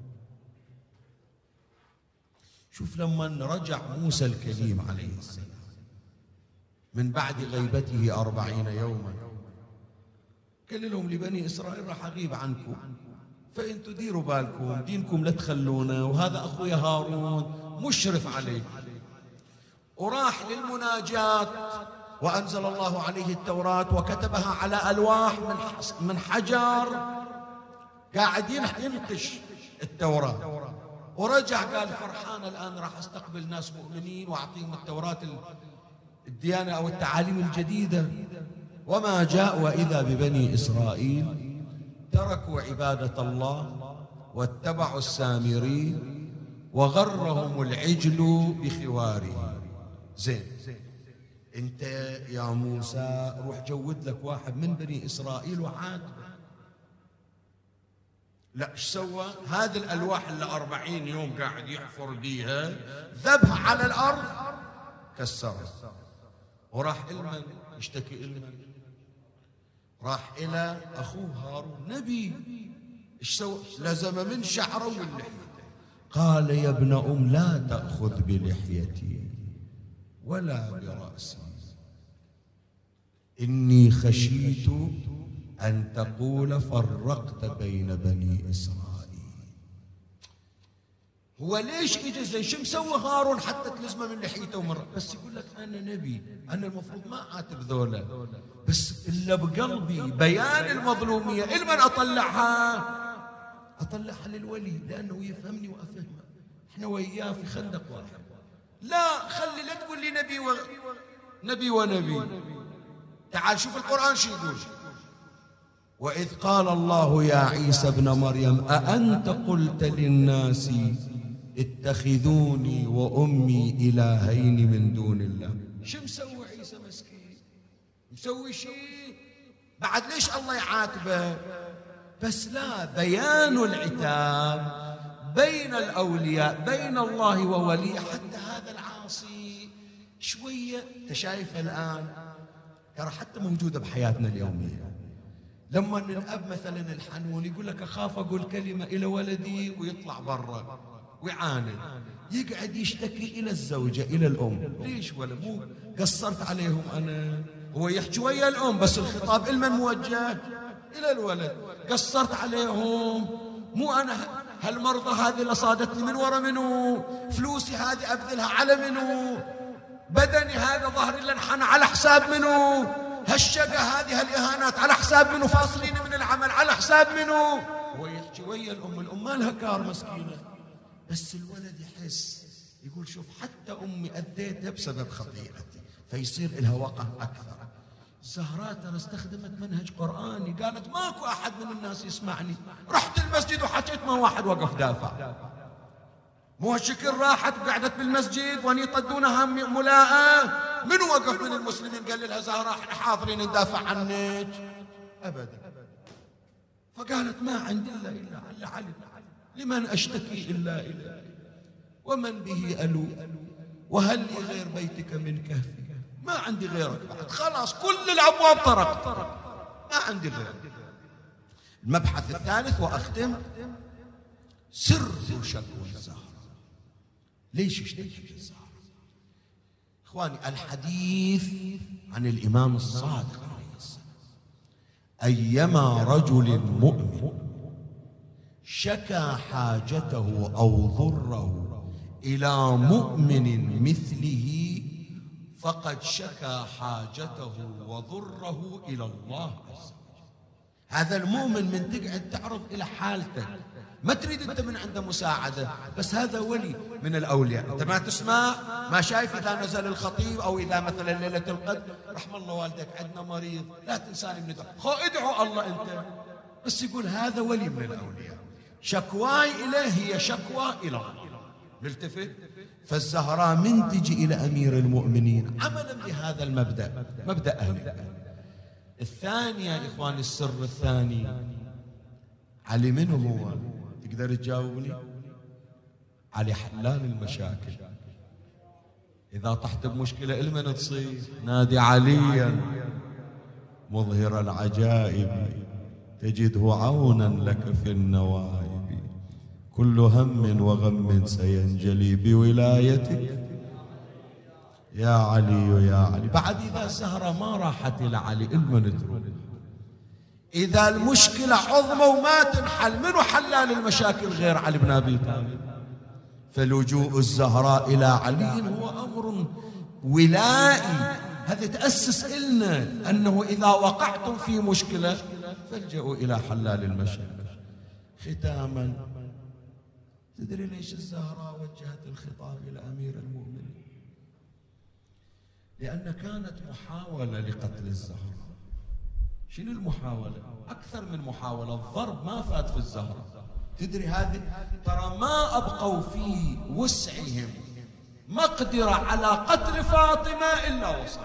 شوف لما رجع موسى الكليم عليه السلام من بعد غيبته 40 يوما، قال لهم لبني إسرائيل راح أغيب عنكم، فإن تديروا بالكم دينكم لا تخلونه، وهذا أخويا هارون مشرف عليك. وراح للمناجاة وأنزل الله عليه التوراة وكتبها على ألواح من حجر، قاعد ينقش التوراة. ورجع قال فرحان الآن راح أستقبل ناس مؤمنين وأعطيهم التوراة الديانة أو التعاليم الجديدة. وما جاء وإذا ببني إسرائيل تركوا عبادة الله واتبعوا السامري وغرهم العجل بخواره. زين، انت يا موسى روح جود لك واحد من بني إسرائيل وعاتبه. لا، ايش سوى؟ هذه الألواح اللي 40 يوم قاعد يحفر بيها ذبها على الأرض كسرها. وراح إلمن يشتكي إلمن، راح إلى أخوه هارون نبي، ايش سوى؟ لزم من شعره ولحيته، قال يا ابن أم لا تأخذ بلحيتي ولا برأسي، إني خشيت أن تقول فرقت بين بني إسرائيل. هو ليش إجا زين؟ شو مسوي هارون حتى تلزمه من لحيته ومرة؟ بس يقول لك أنا نبي، أنا المفروض ما أعاتب ذولا، بس إلا بقلبي بيان المظلومية. لمن أطلعها؟ أطلعها للولي لأنه يفهمني وأفهمه، إحنا وياه في خندق واحد. لا، خلي لا تقول لي نبي ونبي. تعال شوف القرآن شو يقول. وإذ قال الله يا عيسى ابن مريم أأنت قلت للناس اتخذوني وأمي إلهين من دون الله. شو مسوي عيسى مسكين؟ مسوي شيء بعد؟ ليش الله يعاتبه؟ بس لا، بيان العتاب بين الأولياء، بين الله ووليه. حتى هذا العاصي شوية تشايفه الآن، ترى حتى موجودة بحياتنا اليومية. لما الأب مثلا الحنون يقول لك أخاف أقول كلمة إلى ولدي ويطلع برا ويعاند، يقعد يشتكي إلى الزوجة إلى الأم. ليش؟ ولا مو قصرت عليهم أنا؟ هو يحكي ويا الأم بس الخطاب إلمن موجه؟ إلى الولد. قصرت عليهم، مو أنا هالمرضى هذه اللي صادتني من ورا منو؟ فلوسي هذه أبذلها على منو؟ بدني هذا ظهري اللي انحنى على حساب منو؟ هالشقة هذه هالإهانات على حساب منو؟ فاصلين من العمل على حساب منو؟ هو يحكي ويا الأم ما لها كار مسكينة، بس الولد يحس يقول شوف حتى أمي أذيتها بسبب خطيئتي، فيصير لها وقع أكثر. الزهراء ترى استخدمت منهج قرآني، قالت ماكو أحد من الناس يسمعني، رحت المسجد وحكيت مع واحد وقف دافع. مو هالشكل راحت وقعدت بالمسجد وان يطدونها ملاءة؟ من وقف من المسلمين قال لها زهراء احنا حاضرين ندافع عنك؟ أبدا. فقالت ما عندي إلا علي، لمن أشتكي إلا إليك ومن به ألو، وهل لي غير بيتك من كهفي؟ ما عندي غيرك بعد، خلاص كل الأبواب طرقت، ما عندي غيرك. المبحث الثالث وأختم، سر شكوى الزهراء. ليش اشتكي الزهراء؟ إخواني الحديث عن الإمام الصادق عليه السلام، أيما رجل مؤمن شكى حاجته أو ضره إلى مؤمن مثله فقد شكى حاجته وضره إلى الله عز وجل. هذا المؤمن من تقعد تعرض إلى حالتك، ما تريد أنت من عنده مساعدة، بس هذا ولي من الأولياء. أنت ما تسمع، ما شايف إذا نزل الخطيب أو إذا مثلا ليلة القدر رحم الله والدك عندنا مريض، لا تنساني من الدعاء، ادعو الله أنت، بس يقول هذا ولي من الأولياء، شكواي إليه هي شكوى إلى الله. نلتفت. فالزهراء من تجي إلى أمير المؤمنين عملا بهذا المبدأ، مبدأ أهل البيت. الثاني يا إخواني، السر الثاني، علي منه هو؟ تقدر تجاوبني؟ علي حلال المشاكل. إذا طحت بمشكلة لمن تصير؟ نادي عليا مظهر العجائب تجده عونا لك في النوائب، كل هم وغم سينجلي بولايتك يا علي يا علي. بعد إذا الزهرة ما راحت إلى علي المن تروح؟ إذا المشكلة عظمى وما تنحل، منو حلال المشاكل غير علي بن أبي طالب؟ فلجوء الزهراء إلى علي هو أمر ولائي، هذا تأسس إلنا أنه إذا وقعتم في مشكلة فالجأوا إلى حلال المشاكل. ختاما، تدري ليش الزهراء وجهت الخطاب إلى أمير المؤمنين؟ لأن كانت محاولة لقتل الزهراء. شنو المحاولة؟ أكثر من محاولة، الضرب ما فات في الزهراء. تدري هذه ترى ما أبقوا في وسعهم مقدرة على قتل فاطمة إلا وصل.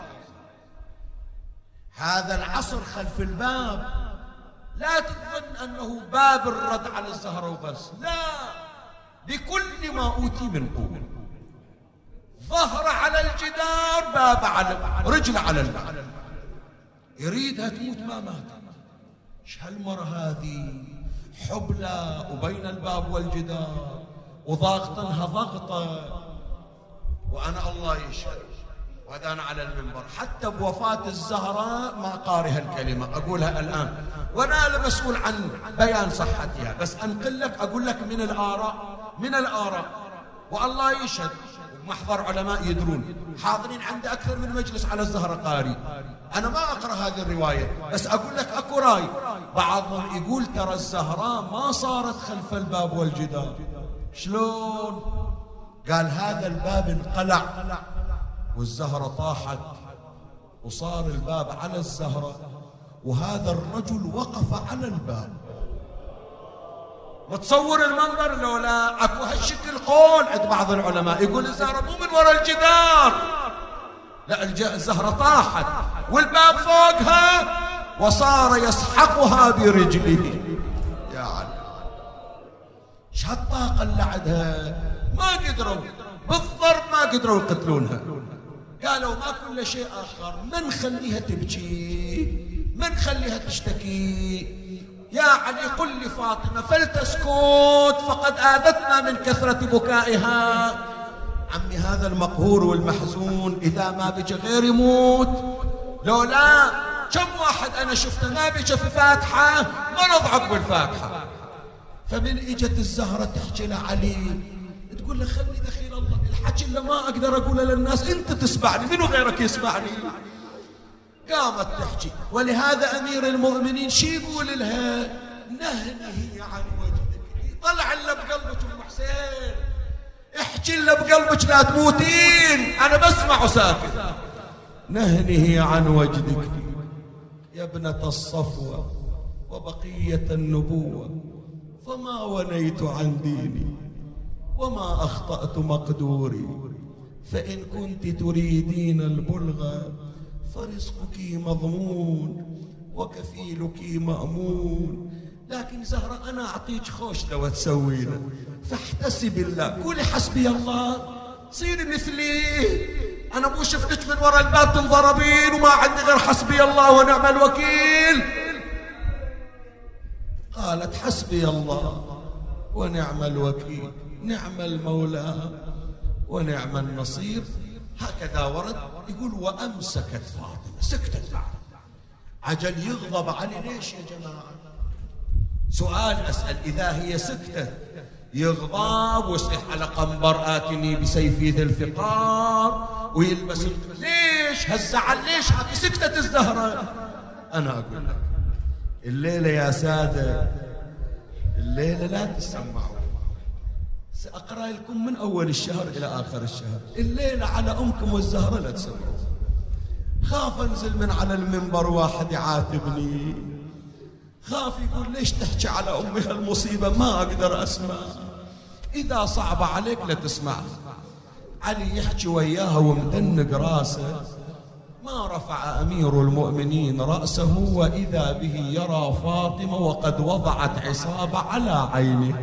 هذا العصر خلف الباب، لا تظن أنه باب الرد على الزهراء وبس، لا، بكل ما أوتي من قوة. ظهر على الجدار، باب على رجل على الباب، يريدها تموت ما ماتت. ايش هالمرة هذه؟ حبلى وبين الباب والجدار وضاغطنها ضغطة، وأنا الله يشهد وهذا أنا على المنبر حتى بوفاة الزهراء ما قارها الكلمة، أقولها الآن وأنا لا مسؤول عن بيان صحتها، بس أنقل لك، أقول لك من الآراء، من الآراء، والله يشهد محضر علماء يدرون حاضرين عندي أكثر من مجلس على الزهراء قاري. أنا ما أقرأ هذه الرواية، بس أقول لك أكو راي، بعضهم يقول ترى الزهراء ما صارت خلف الباب والجدار. شلون؟ قال هذا الباب انقلع والزهرة طاحت وصار الباب على الزهرة وهذا الرجل وقف على الباب. متصور المنظر لو لا؟ اكو هالشكل قول عند بعض العلماء يقول الزهرة مو من وراء الجدار، لا، الزهرة طاحت والباب فوقها وصار يسحقها برجله. يا علي ايش هالطاقة اللي عندها؟ ما قدروا بالضرب، ما قدروا يقتلونها. قالوا ما كل شيء آخر، ما نخليها تبكي، ما نخليها تشتكي. يا علي قل لفاطمة فلتسكت فقد آذتنا من كثرة بكائها. عمي هذا المقهور والمحزون إذا ما بك غير يموت، لولا كم واحد أنا شفته ما بك في فاتحة مرض عقب الفاتحة. فمن إجت الزهرة تحكي لعلي تقول له خلي دخيل الله، الحكي اللي ما أقدر أقوله للناس أنت تسمعني، منو غيرك يسمعني؟ قامت تحكي، ولهذا أمير المؤمنين شي يقول لها؟ نهني عن وجدك، طلع اللي بقلبك أم حسين، احكي اللي بقلبك لا تموتين، أنا بسمع وساكت. نهنه عن وجدك يا ابنة الصفوة وبقية النبوة، فما ونيت عن ديني وما أخطأت مقدوري، فإن كنت تريدين البلغة فرزقك مضمون وكفيلك مأمون. لكن زهرة أنا أعطيك خوش لو تسوينا، فاحتسب الله، قولي حسبي الله، صيري مثلي، أنا مو شفتك من وراء الباب تنضربين وما عندي غير حسبي الله ونعم الوكيل. قالت حسبي الله ونعم الوكيل، نعم المولى ونعم النصير. هكذا ورد. يقول وأمسكت فاطمة، سكتت بعد. عجل يغضب علي ليش يا جماعة؟ سؤال أسأل، إذا هي سكتت يغضب ويصيح على قنبر آتني بسيفي ذي الفقار ويلبس ليش؟ ليش هالزعل؟ ليش هاكي سكتت الزهرة؟ أنا أقول لك الليلة يا سادة، الليلة لا تسمعوا، سأقرأ لكم من أول الشهر إلى آخر الشهر. الليلة على أمكم والزهرة لا تسمعوا. خاف أنزل من على المنبر واحد يعاتبني، خاف يقول ليش تحكي على أمي هالمصيبة، ما أقدر أسمع. إذا صعب عليك لا تسمع. علي يحكي وياها ومدنق راسه، ما رفع أمير المؤمنين رأسه وإذا به يرى فاطمة وقد وضعت عصابة على عينها.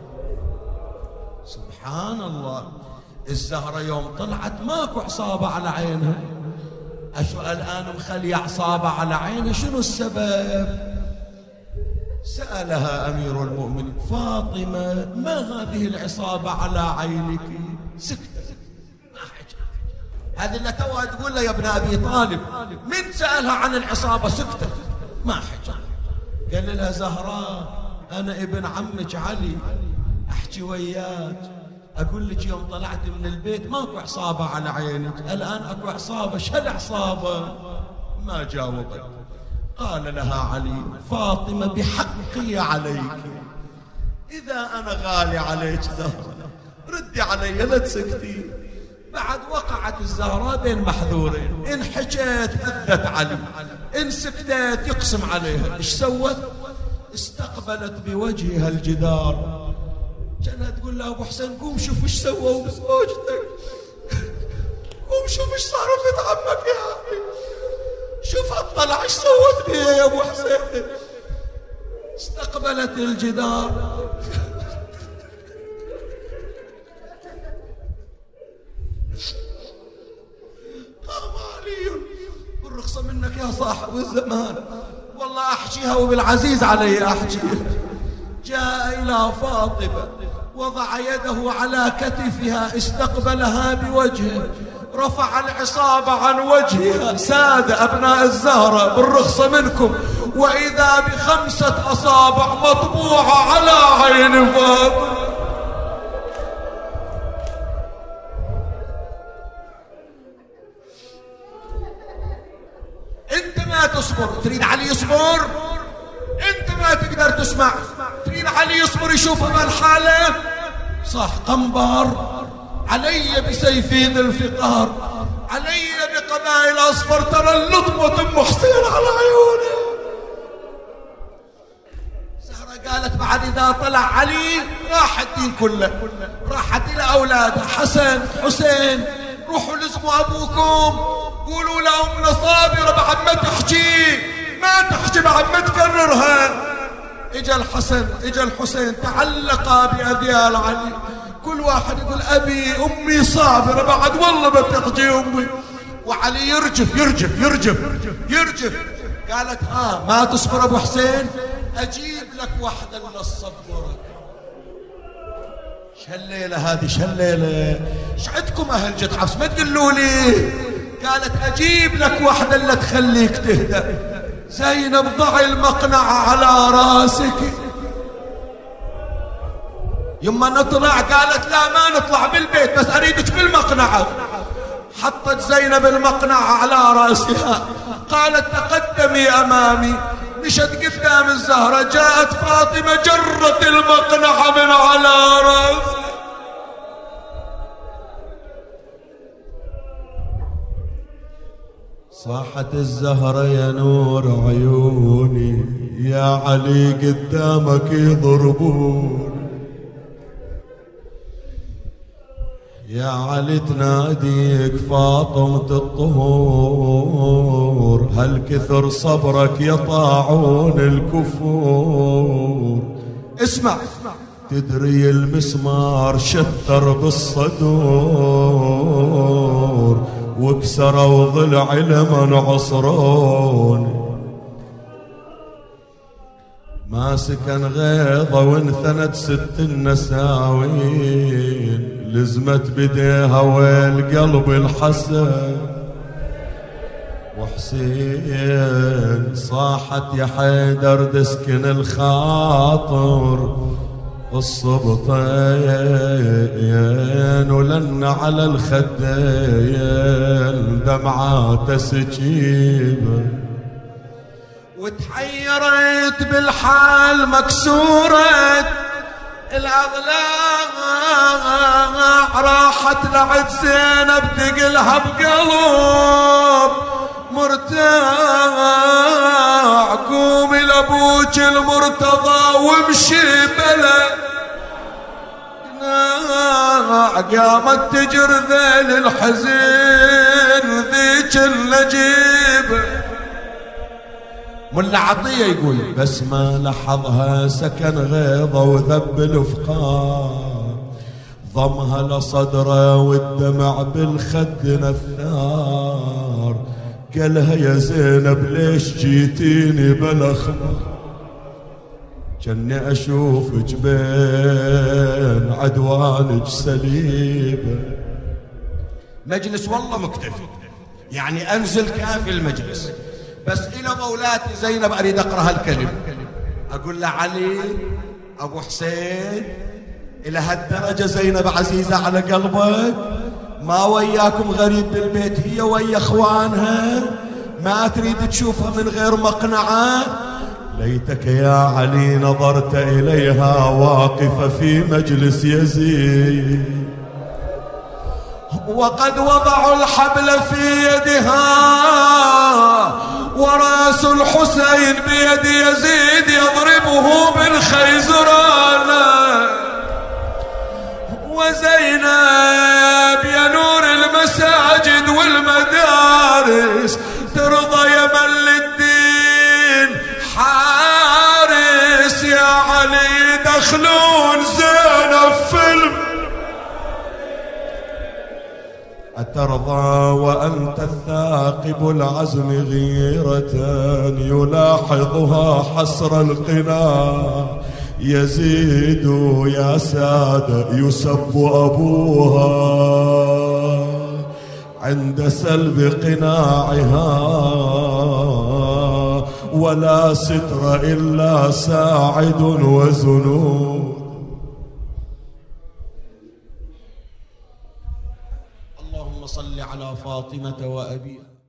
سبحان الله، الزهرة يوم طلعت ماكو عصابة على عينها. أشو الآن مخلي عصابة على عينها، شنو السبب؟ سألها أمير المؤمنين فاطمة ما هذه العصابة على عينك؟ سكتت ما حكت. هذه اللي توها تقول له يا ابن أبي طالب، من سألها عن العصابة سكتت ما حكت. قال لها زهراء أنا ابن عمك علي، أحكي وياك أقول لك يوم طلعت من البيت ماكو عصابة على عينك، الآن أكو عصابة. شو العصابة؟ ما جاوبت. قال لها علي فاطمة بحقي عليك، إذا أنا غالي عليك زهرة ردي علي لا تسكتي. بعد وقعت الزهراء بين محذورين، إن حكت أذت علي، إن سكتت يقسم عليها. إيش سوت؟ استقبلت بوجهها الجدار، كانها تقول له أبو حسين قوم شوف إيش سووا بزوجتك، قوم شوف إيش صار بنت عمك يا أخي، شوف اطلع ايش سوت بيه يا ابو حسين. استقبلت الجدار قام علي بالرخصة منك يا صاحب الزمان، والله احكيها وبالعزيز علي احكيها. جاء الى فاطمة وضع يده على كتفها، استقبلها بوجهه، رفع العصابة عن وجهها. سادة أبناء الزهرة بالرخصة منكم، وإذا ب5 أصابع مطبوعة على عين فاطمة. أنت ما تصبر، تريد علي يصبر؟ أنت ما تقدر تسمع، تريد علي يصبر يشوف بالحالة؟ صح قنبر علي بسيفي ذي الفقار، علي بقبائل أصفر، ترى اللطمة أم حسين على عيوني. زهرة قالت بعد إذا طلع علي راح الدين كله، راحت إلى أولادها حسن حسين، روحوا لزموا أبوكم، قولوا لأمنا صابرة بعد ما تحكي، ما تحكي بعد ما تكررها. إجا الحسن إجا الحسين تعلقا بأذيال علي، كل واحد يقول أبي أمي صابرة بعد والله بتحكي أمي. وعلي يرجف يرجف يرجف يرجف. قالت ما تصبر أبو حسين، أجيب لك واحدة اللي تصبرك. شهالليلة هذه شهالليلة، ايش عندكم أهل جد حفص ما تقولوا لي؟ قالت أجيب لك واحدة اللي تخليك تهدى. زينب ضعي المقنعة على راسك. يما نطلع؟ قالت لا ما نطلع بالبيت، بس أريدك بالمقنعة. حطت زينب المقنعة على راسها، قالت تقدمي أمامي. مشت قدام الزهرة، جاءت فاطمة جرت المقنعة من على راسها. صاحت الزهرة يا نور عيوني، يا علي قدامك يضربون، يا علي تناديك فاطمة الطهور، هل كثر صبرك يا طاعون الكفور. اسمع، تدري المسمار شثر بالصدور، وكسروا ضلع لمن عصرون، ما سكن غيظة وانثنت 6 النساوين، لزمت بديها والقلب الحسن وحسين. صاحت يا حيدر تسكن الخاطر، الصبطين ولن على الخدين دمعات سكيبة، وتحيرت بالحال مكسورة الأضلاع، راحت لعد زينب تقلها بقلب مرتاع، قومي لابوك المرتضى وامشي بلا، قامت تجر ذيل الحزين ذيك النجيبة. ملا عطية يقول بس ما لحظها سكن غيظة وذب الافقار، ضمها لصدره والدمع بالخد نثار، قالها يا زينب ليش جيتيني بلا خبر، جني اشوفك بين عدوانك سليبة. مجلس والله مكتفي، يعني انزل كافي المجلس، بس الى مولاتي زينب اريد اقرا هالكلمه، اقول له علي ابو حسين الى هالدرجه زينب عزيزه على قلبك، ما وياكم غريب بالبيت، هي ويا اخوانها ما تريد تشوفها من غير مقنعه، ليتك يا علي نظرت اليها واقفه في مجلس يزيد، وقد وضعوا الحبل في يدها وراس الحسين بيد يزيد يضربه بالخيزران، وزينب يا نور المساجد والمدارس ترضى يا مل الدين حارس، يا علي دخلون زينب فيلم، أترضى وأنت الثاقب العزم غيرة يلاحظها حسر القناع، يزيد يا سادة يسب أبوها عند سلب قناعها، ولا ستر إلا ساعد وزنود. اللهم صل على فاطمة وأبيها.